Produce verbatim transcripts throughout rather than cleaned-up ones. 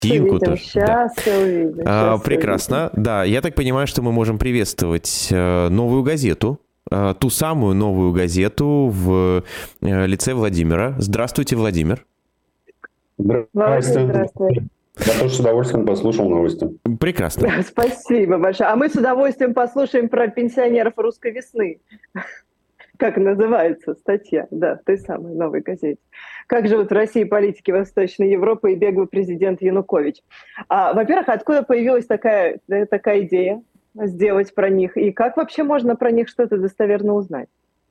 Тимку Увидим, тоже, да. сейчас все увидим. А, Сейчас все прекрасно, увидим. да. Я так понимаю, что мы можем приветствовать э, новую газету, э, ту самую новую газету в э, лице Владимира. Здравствуйте, Владимир. Володя, Здравствуйте. здравствуй. Я тоже с удовольствием послушал новости. Прекрасно. Спасибо большое. А мы с удовольствием послушаем про пенсионеров русской весны. Как называется статья, да, в той самой новой газете. Как живут в России политики Восточной Европы и беглый президент Янукович. А, во-первых, откуда появилась такая, такая идея сделать про них? И как вообще можно про них что-то достоверно узнать?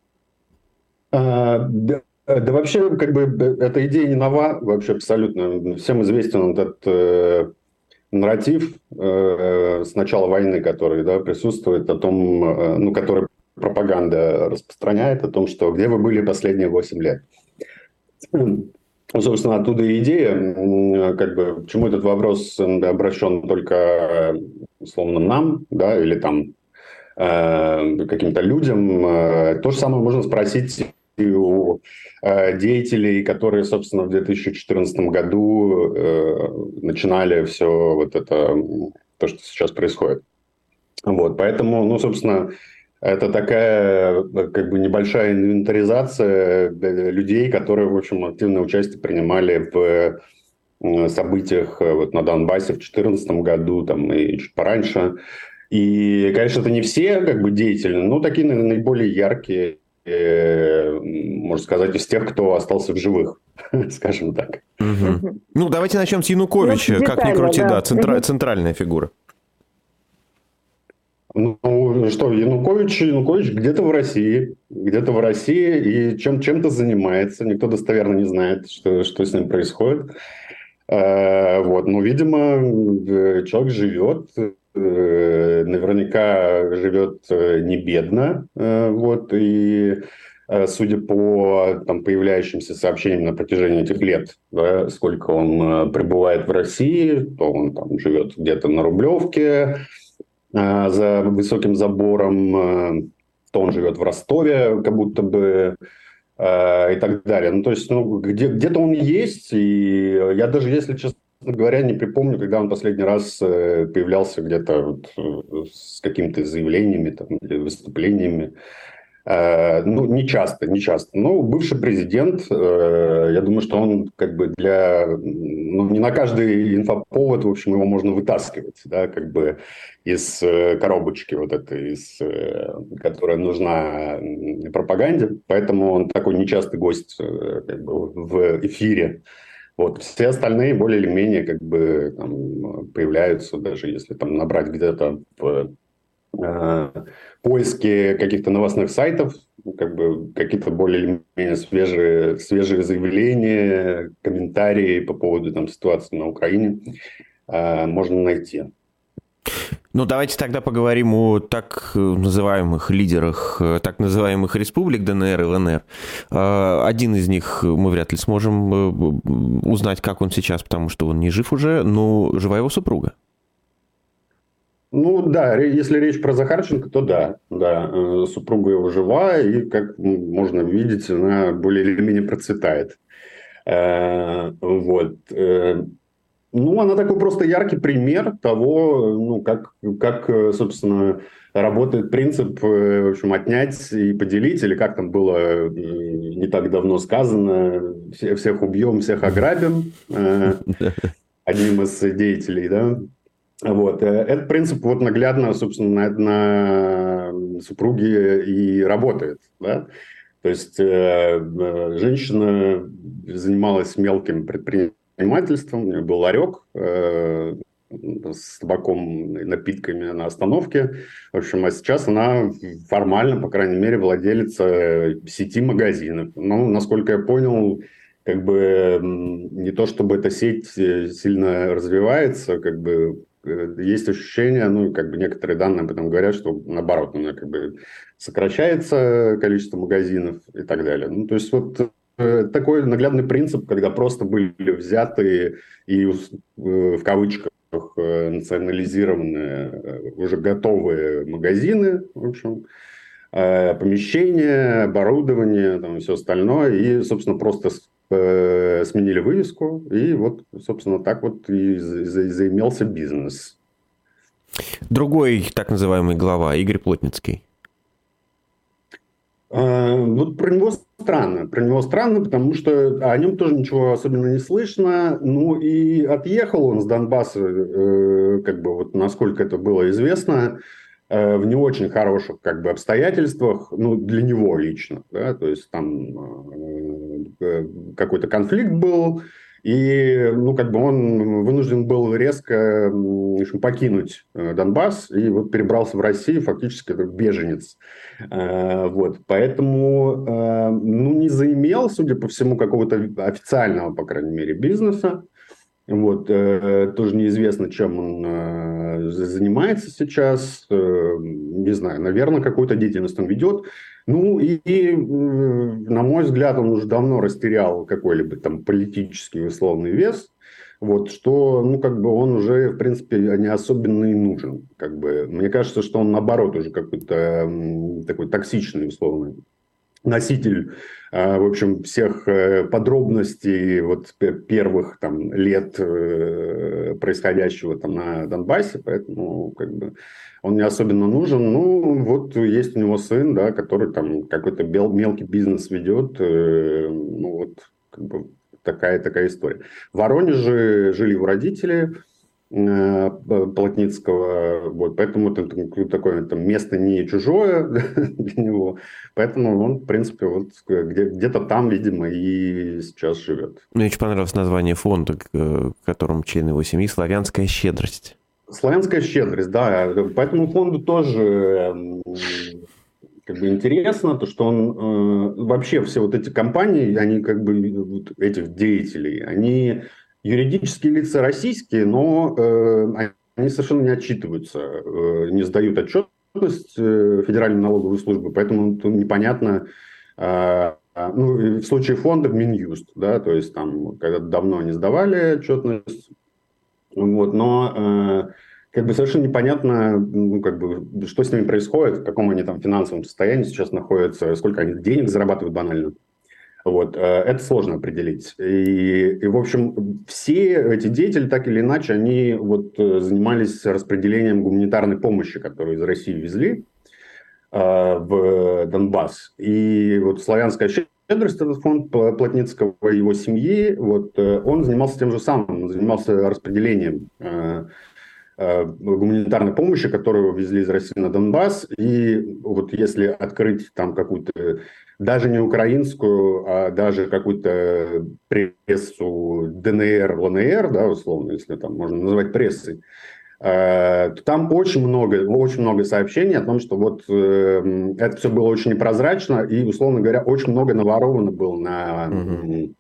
А, да, да вообще, как бы, эта идея не нова, вообще абсолютно. Всем известен этот э, нарратив э, с начала войны, который да, присутствует, о том, э, ну, который пропаганда распространяет, о том, что где вы были последние восемь лет. Ну, собственно, оттуда и идея, как бы, почему этот вопрос обращен только, условно, нам, да, или там э, каким-то людям. То же самое можно спросить и у э, деятелей, которые, собственно, в две тысячи четырнадцатом году э, начинали все вот это, то, что сейчас происходит. Вот, поэтому, ну, собственно, это такая как бы небольшая инвентаризация людей, которые, в общем, активное участие принимали в событиях вот на Донбассе в две тысячи четырнадцатом году там, и чуть пораньше. И, конечно, это не все как бы деятели, но такие, наверное, наиболее яркие, э, можно сказать, из тех, кто остался в живых, скажем так. Угу. Ну, давайте начнем с Януковича. Ну, как ни детально, крути, да, да. центра- Мгм. центральная фигура. Ну, что, Янукович, Янукович где-то в России, где-то в России и чем, чем-то занимается. Никто достоверно не знает, что, что с ним происходит. Э, вот. Но, видимо, э, человек живет, э, наверняка живет э, не бедно. Э, вот. И э, судя по там, появляющимся сообщениям на протяжении этих лет, да, сколько он э, пребывает в России, то он там живет где-то на Рублевке, за высоким забором, то он живет в Ростове, как будто бы, и так далее. Ну, то есть, ну, где, где-то он есть, и я даже, если честно говоря, не припомню, когда он последний раз появлялся где-то вот с какими-то заявлениями там, или выступлениями. Ну, не часто, не часто. Но бывший президент, я думаю, что он как бы для... Ну, не на каждый инфоповод, в общем, его можно вытаскивать, да, как бы из коробочки вот этой, из, которая нужна пропаганде. Поэтому он такой нечастый гость как бы, в эфире. Вот. Все остальные более или менее как бы там, появляются, даже если там набрать где-то в поиске каких-то новостных сайтов, как бы какие-то более-менее свежие, свежие заявления, комментарии по поводу там, ситуации на Украине э, можно найти. Ну, давайте тогда поговорим о так называемых лидерах так называемых республик ДНР и ЛНР. Один из них мы вряд ли сможем узнать, как он сейчас, потому что он не жив уже, но жива его супруга. Ну да, если речь про Захарченко, то да, да, супруга его жива, и, как можно видеть, она более или менее процветает. Вот. Ну, она такой просто яркий пример того, ну, как, как, собственно, работает принцип, в общем, отнять и поделить, или как там было не так давно сказано, всех убьем, всех ограбим, одним из деятелей, да. Вот. Этот принцип вот наглядно, собственно, на, на супруге и работает. Да? То есть э, женщина занималась мелким предпринимательством, у нее был ларек э, с табаком и напитками на остановке. В общем, а сейчас она формально, по крайней мере, владелица сети магазинов. Ну, насколько я понял, как бы не то чтобы эта сеть сильно развивается, как бы есть ощущение, ну, как бы некоторые данные об этом говорят, что наоборот, она как бы сокращается количество магазинов и так далее. Ну, то есть вот такой наглядный принцип, когда просто были взяты и в кавычках национализированные уже готовые магазины, в общем, помещения, оборудование, там, и все остальное, и, собственно, просто э, сменили вывеску, и вот, собственно, так вот и за- заимелся бизнес. Другой так называемый глава, Игорь Плотницкий. А, Вот про него странно. Про него странно, потому что о нем тоже ничего особенно не слышно. Ну и отъехал он с Донбасса, э, как бы вот насколько это было известно, э, в не очень хороших как бы обстоятельствах, ну для него лично, да, то есть там э, э, какой-то конфликт был. И, ну, как бы он вынужден был резко м, в общем, покинуть э, Донбасс и вот перебрался в Россию, фактически как беженец. Э, Вот, поэтому, э, ну, не заимел, судя по всему, какого-то официального, по крайней мере, бизнеса. Вот, э, тоже неизвестно, чем он э, занимается сейчас. Э, не знаю, наверное, какую-то деятельность он ведет. Ну, и, и, э, на мой взгляд, он уже давно растерял какой-либо там политический условный вес. Вот, что, ну, как бы он уже, в принципе, не особенно и нужен. Как бы. Мне кажется, что он, наоборот, уже какой-то м, такой токсичный, условный носитель, э, в общем, всех э, подробностей вот п- первых там лет э, происходящего там на Донбассе, поэтому как бы он не особенно нужен. Ну, вот есть у него сын, да, который там какой-то бел- мелкий бизнес ведет, э, ну, вот как бы такая, такая история. В Воронеже жили его родители, э, Плотницкого, вот, поэтому это такое, такое там, место не чужое для него, поэтому он, в принципе, вот где, где-то там, видимо, и сейчас живет. Мне очень понравилось название фонда, к которому член его семьи, «Славянская щедрость». Славянская щедрость, да, по этому фонду тоже м, как бы интересно, то, что он э, вообще все вот эти компании, они как бы вот этих деятелей, они юридические лица российские, но э, они совершенно не отчитываются, э, не сдают отчетность э, Федеральной налоговой службы, поэтому тут непонятно, э, ну, в случае фонда Минюст, да, то есть там когда-то давно они сдавали отчетность, вот, но э, как бы совершенно непонятно, ну, как бы, что с ними происходит, в каком они там финансовом состоянии сейчас находятся, сколько они денег зарабатывают банально. Вот, э, это сложно определить. И, и, в общем, все эти деятели, так или иначе, они вот э, занимались распределением гуманитарной помощи, которую из России везли э, в Донбасс. И вот «Славянская щедрость», этот фонд Плотницкого и его семьи, вот, э, он занимался тем же самым, он занимался распределением э, гуманитарной помощи, которую везли из России на Донбасс. И вот если открыть там какую-то, даже не украинскую, а даже какую-то прессу ДНР, ЛНР, да, условно, если там можно назвать прессой, то там очень много, очень много сообщений о том, что вот э, это все было очень непрозрачно и, условно говоря, очень много наворовано было на... Mm-hmm.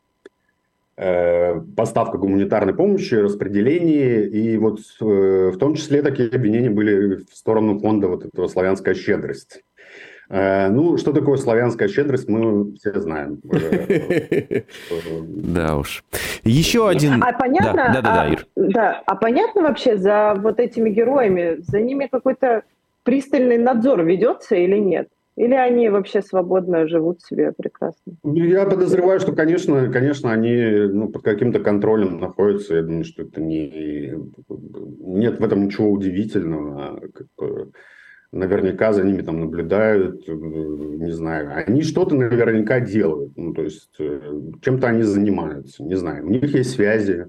поставка гуманитарной помощи, распределение, и вот в том числе такие обвинения были в сторону фонда вот этого «Славянская щедрость». Ну, что такое славянская щедрость, мы все знаем. Да уж. Еще один... А понятно, да, да, да, а, Ир. да, а понятно вообще за вот этими героями, за ними какой-то пристальный надзор ведется или нет? Или они вообще свободно живут себе прекрасно? Я подозреваю, что, конечно, конечно, они ну, под каким-то контролем находятся. Я думаю, что это не... Нет в этом ничего удивительного. Наверняка за ними там наблюдают, не знаю. Они что-то наверняка делают. Ну, то есть, чем-то они занимаются, не знаю. У них есть связи.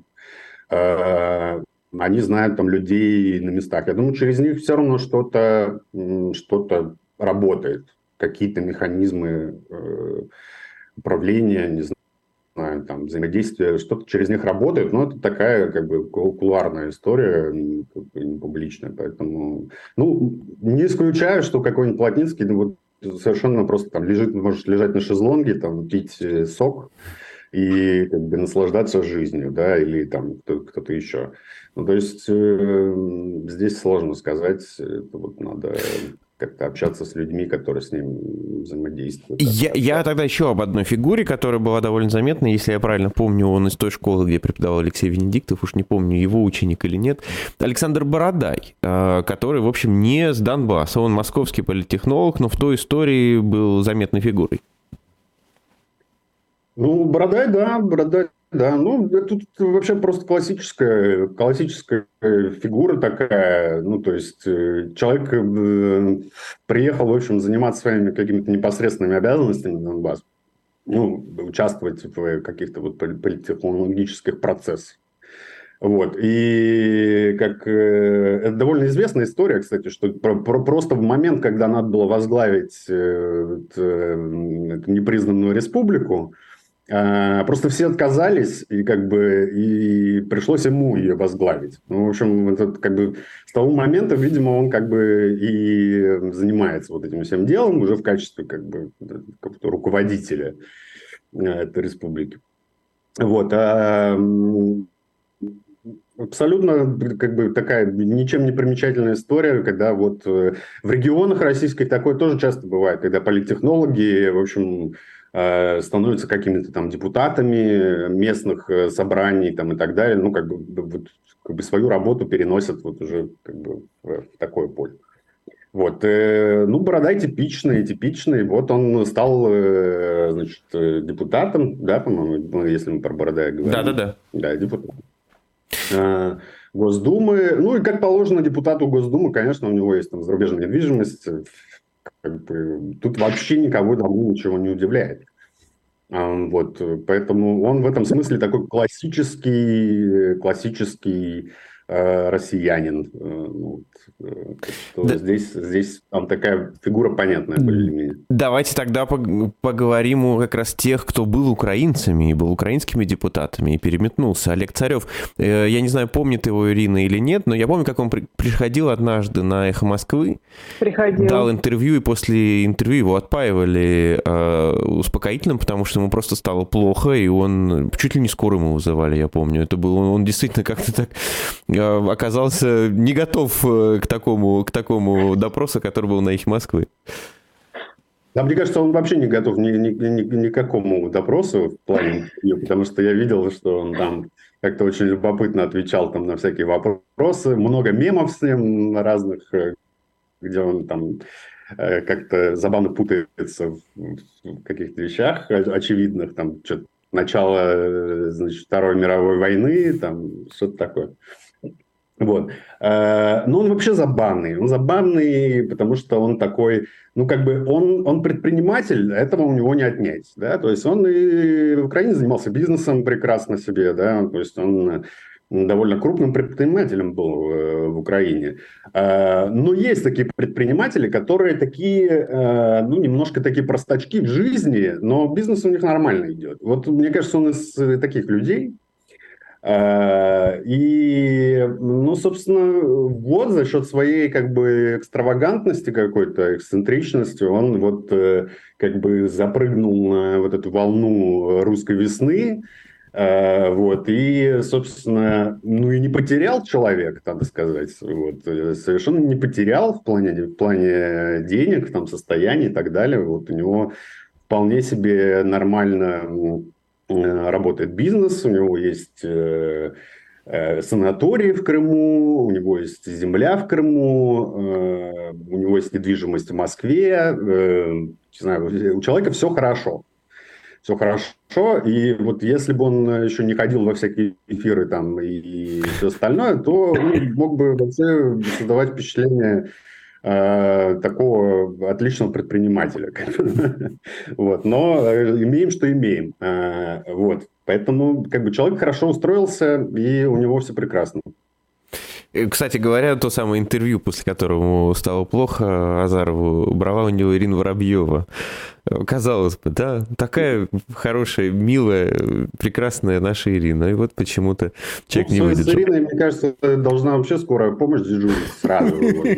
Они знают там людей на местах. Я думаю, через них все равно что-то, что-то работает. Какие-то механизмы э, управления, не знаю, там, взаимодействия, что-то через них работает, но это такая, как бы, кулуарная история, как бы, не публичная, поэтому, ну, не исключаю, что какой-нибудь Плотницкий, ну, вот, совершенно просто там лежит, может лежать на шезлонге, там, пить сок и, как бы, наслаждаться жизнью, да, или там кто-то еще. Ну, то есть, э, здесь сложно сказать, это вот надо... как-то общаться с людьми, которые с ним взаимодействуют. Я, я тогда еще об одной фигуре, которая была довольно заметна. Если я правильно помню, он из той школы, где преподавал Алексей Венедиктов, уж не помню, его ученик или нет. Александр Бородай, который, в общем, не с Донбасса. Он московский политтехнолог, но в той истории был заметной фигурой. Ну, Бородай, да, Бородай, да. Ну, тут вообще просто классическая, классическая фигура такая. Ну, то есть, человек э, приехал, в общем, заниматься своими какими-то непосредственными обязанностями на Донбасс. Ну, участвовать в каких-то вот политтехнологических процессах. Вот. И как э, это довольно известная история, кстати, что про, про, просто в момент, когда надо было возглавить э, э, непризнанную республику, э, просто все отказались, и как бы и пришлось ему ее возглавить. Ну, в общем, это, как бы, с того момента, видимо, он как бы и занимается вот этим всем делом уже в качестве как бы руководителя этой республики. Вот. А, абсолютно как бы такая ничем не примечательная история, когда вот в регионах российских такое тоже часто бывает, когда политтехнологи, в общем, становятся какими-то там депутатами местных собраний там, и так далее, ну, как бы, вот, как бы свою работу переносят вот уже как бы в такое поле. Вот. Ну, Бородай типичный, типичный. Вот он стал, значит, депутатом, да, по-моему, если мы про Бородая говорим. Да-да-да. Да, депутат. Госдумы. Ну, и как положено депутату Госдумы, конечно, у него есть там зарубежная недвижимость. Как бы, тут вообще никого тому ничего не удивляет. Вот. Поэтому он в этом смысле такой классический, классический э, россиянин. Вот. Да. Здесь, здесь там такая фигура понятная более или менее. Давайте тогда поговорим о как раз тех, кто был украинцами и был украинскими депутатами и переметнулся. Олег Царев, я не знаю, помнит его Ирина или нет, но я помню, как он приходил однажды на «Эхо Москвы», приходил. Дал интервью, и после интервью его отпаивали э, успокоительным, потому что ему просто стало плохо, и он чуть ли не скорую ему вызывали, я помню. Это был, он, он действительно как-то так э, оказался не готов к такому, к такому допросу, который был на «Эхе Москвы». Да, мне кажется, он вообще не готов ни, ни, ни, ни к какому допросу в плане, потому что я видел, что он там как-то очень любопытно отвечал там на всякие вопросы, много мемов с ним разных, где он там как-то забавно путается в каких-то вещах очевидных, там что-то начало, значит, Второй мировой войны, там что-то такое. Вот. Но он вообще забавный. Он забавный, потому что он такой, ну, как бы, он, он предприниматель, этого у него не отнять, да, то есть он и в Украине занимался бизнесом прекрасно себе, да, то есть он довольно крупным предпринимателем был в Украине. Но есть такие предприниматели, которые такие, ну, немножко такие простачки в жизни, но бизнес у них нормально идет. Вот мне кажется, он из таких людей. И, ну, собственно, вот за счет своей как бы экстравагантности какой-то, эксцентричности, он вот как бы запрыгнул на вот эту волну русской весны, вот, и, собственно, ну и не потерял человек, надо сказать, вот, совершенно не потерял в плане, в плане денег, там, состояния и так далее, вот у него вполне себе нормально работает бизнес, у него есть э, э, санаторий в Крыму, у него есть земля в Крыму, э, у него есть недвижимость в Москве. Э, не знаю, у человека все хорошо. Все хорошо. И вот если бы он еще не ходил во всякие эфиры там и, и все остальное, то он мог бы вообще создавать впечатление такого отличного предпринимателя. Вот. Но имеем, что имеем. Вот. Поэтому как бы человек хорошо устроился, и у него все прекрасно. Кстати говоря, то самое интервью, после которого ему стало плохо, Азарову брала у него Ирина Воробьева. Казалось бы, да, такая хорошая, милая, прекрасная наша Ирина. И вот почему-то человек ну, не выдержал. С Ириной, мне кажется, должна вообще скорая помощь дежурить сразу.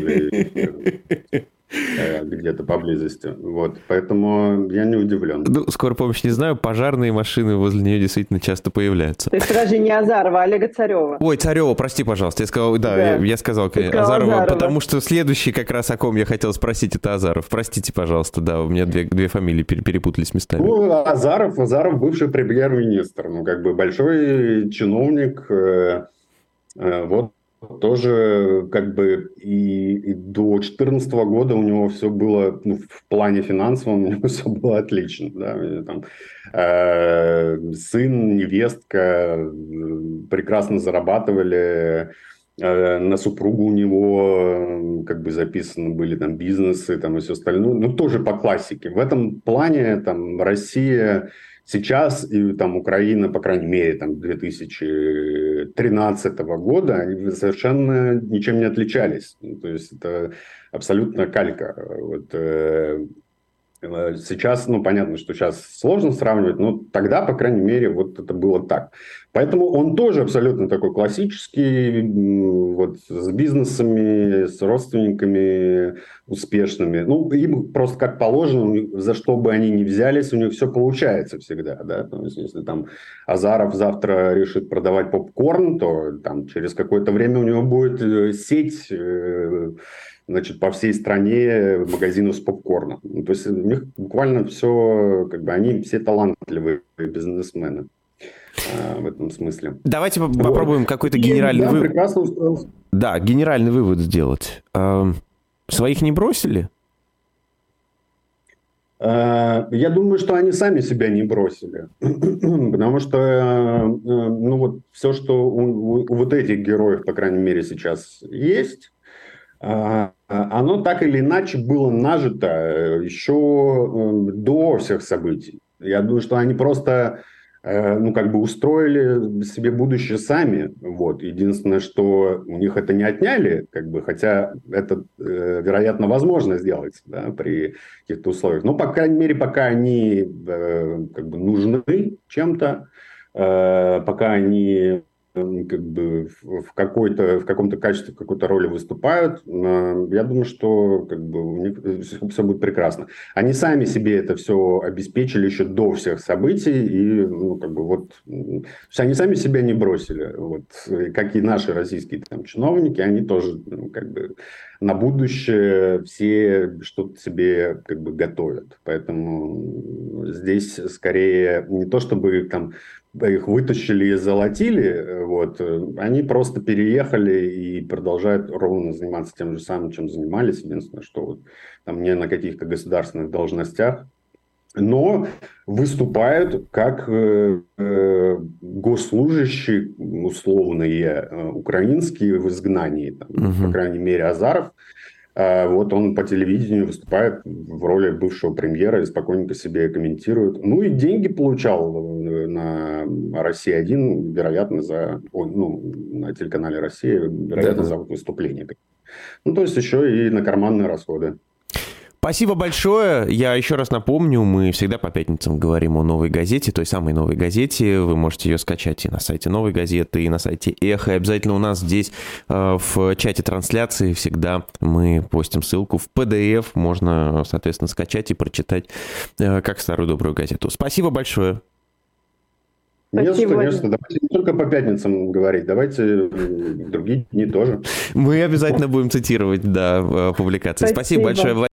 Где-то поблизости. Вот. Поэтому я не удивлен. Ну, скорая помощь не знаю, пожарные машины возле нее действительно часто появляются. То есть даже не Азарова, а Олега Царева. Ой, Царева, прости, пожалуйста. Я сказал, да, да. Я, я сказал Азарова, Азарова, потому что следующий как раз, о ком я хотел спросить, это Азаров. Простите, пожалуйста, да, у меня две, две фамилии перепутались местами. Ну, Азаров, Азаров бывший премьер-министр, ну, как бы большой чиновник, э, э, вот. тоже как бы и, и до две тысячи четырнадцатого года у него все было, ну, в плане финансовом у него все было отлично. Да? Там, э, сын, невестка э, прекрасно зарабатывали, э, на супругу у него э, как бы записаны были там бизнесы там, и все остальное. Ну, тоже по классике. В этом плане там Россия... Сейчас и там Украина, по крайней мере, там две тысячи тринадцатого года, они совершенно ничем не отличались. Ну, то есть это абсолютно калька. Вот, э, сейчас, ну, понятно, что сейчас сложно сравнивать, но тогда, по крайней мере, вот это было так. Поэтому он тоже абсолютно такой классический, вот, с бизнесами, с родственниками успешными. Ну, им просто как положено, за что бы они ни взялись, у них все получается всегда, да. То есть, если там Азаров завтра решит продавать попкорн, то там через какое-то время у него будет сеть, значит, по всей стране магазинов с попкорном. Ну, то есть, у них буквально все, как бы, они все талантливые бизнесмены а, в этом смысле. Давайте вот. попробуем какой-то генеральный да, вывод. Прекрасно устроился. Да, генеральный вывод сделать. Своих не бросили? Я думаю, что они сами себя не бросили. Потому что ну, вот, все, что у, у вот этих героев, по крайней мере, сейчас есть, оно так или иначе было нажито еще до всех событий. Я думаю, что они просто, ну, как бы устроили себе будущее сами. Вот. Единственное, что у них это не отняли, как бы, хотя это, вероятно, возможно сделать, да, при каких-то условиях. Но, по крайней мере, пока они как бы нужны чем-то, пока они... как бы в, какой-то, в каком-то качестве, в какой-то роли выступают, я думаю, что как бы у них все, все будет прекрасно. Они сами себе это все обеспечили еще до всех событий, и ну, как бы вот, они сами себя не бросили. Вот, как и наши российские там, чиновники, они тоже ну, как бы на будущее все что-то себе как бы готовят. Поэтому здесь скорее не то, чтобы там их вытащили и золотили, вот, они просто переехали и продолжают ровно заниматься тем же самым, чем занимались. Единственное, что вот, там не на каких-то государственных должностях, но выступают как э, э, госслужащие условные э, украинские в изгнании. Там, угу. По крайней мере, Азаров. Вот он по телевидению выступает в роли бывшего премьера и спокойненько себе комментирует. Ну и деньги получал на Россия один, вероятно, за, ну, на телеканале Россия, вероятно, да, за выступление. Ну, то есть еще и на карманные расходы. Спасибо большое. Я еще раз напомню, мы всегда по пятницам говорим о «Новой газете», той самой «Новой газете». Вы можете ее скачать и на сайте «Новой газеты», и на сайте «Эхо». И обязательно у нас здесь э, в чате трансляции всегда мы постим ссылку в пи ди эф. Можно, соответственно, скачать и прочитать э, как старую добрую газету. Спасибо большое. Нет, что, нет, что. Давайте не только по пятницам говорить, давайте другие дни тоже. Мы обязательно будем цитировать, да, публикации. Спасибо, Спасибо большое, Владимир.